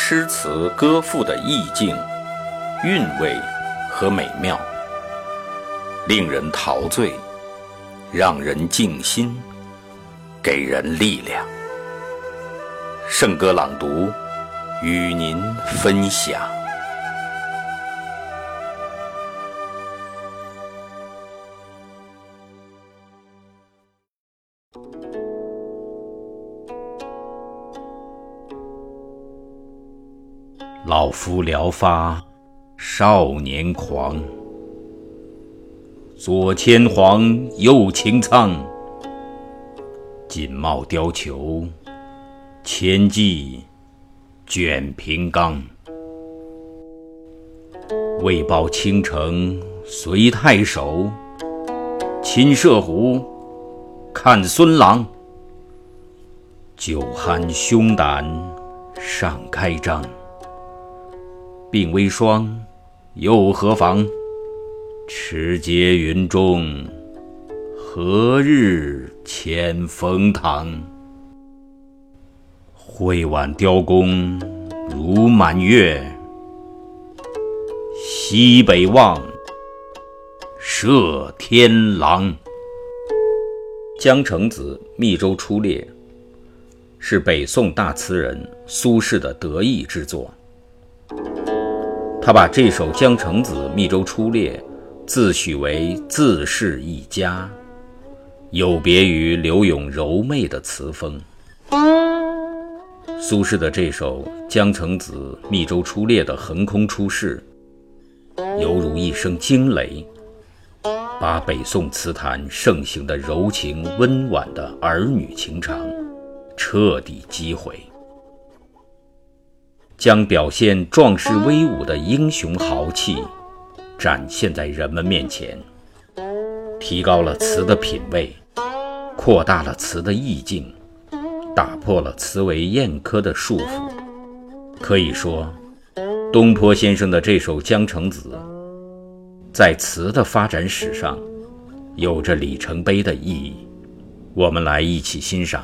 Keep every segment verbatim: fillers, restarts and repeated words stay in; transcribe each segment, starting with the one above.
诗词歌赋的意境、韵味和美妙，令人陶醉，让人静心，给人力量。圣歌朗读与您分享。老夫聊发少年狂，左牵黄，右擎苍。锦帽貂裘，千骑卷平冈。为报倾城随太守，亲射虎，看孙郎。酒酣胸胆尚开张。鬓微霜，又何妨？持节云中，何日遣冯唐？会挽雕弓如满月，西北望，射天狼。江城子《密州出猎》是北宋大词人苏轼的得意之作。他把这首《江城子·密州出猎》自诩为自是一家，有别于柳永柔媚的词风。苏轼的这首《江城子·密州出猎》的横空出世，犹如一声惊雷，把北宋词坛盛行的柔情温婉的儿女情长彻底击毁，将表现壮士威武的英雄豪气展现在人们面前，提高了词的品味，扩大了词的意境，打破了词为砚刻的束缚。可以说，东坡先生的这首《江城子》在词的发展史上有着里程碑的意义。我们来一起欣赏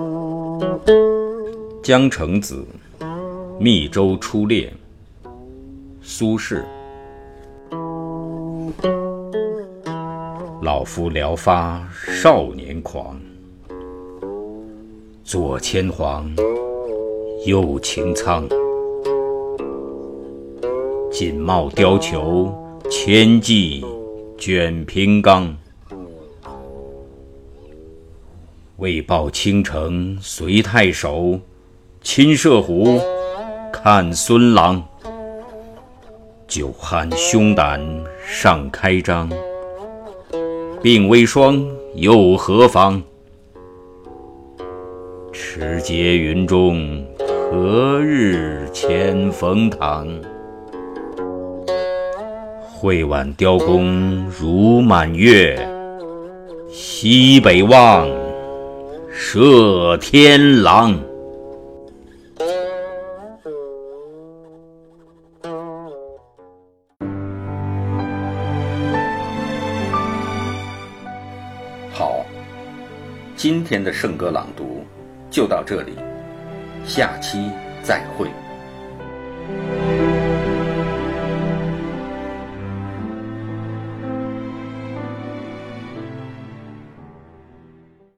《江城子·密州出猎》，苏轼。老夫聊发少年狂，左牵黄，右擎苍。锦帽貂裘，千骑卷平冈。为报倾城随太守，亲射虎，看孙郎。酒酣胸胆尚开张，鬓微霜，又何妨？持节云中，何日遣冯唐？会挽雕弓如满月，西北望，射天狼。好，今天的圣歌朗读就到这里，下期再会。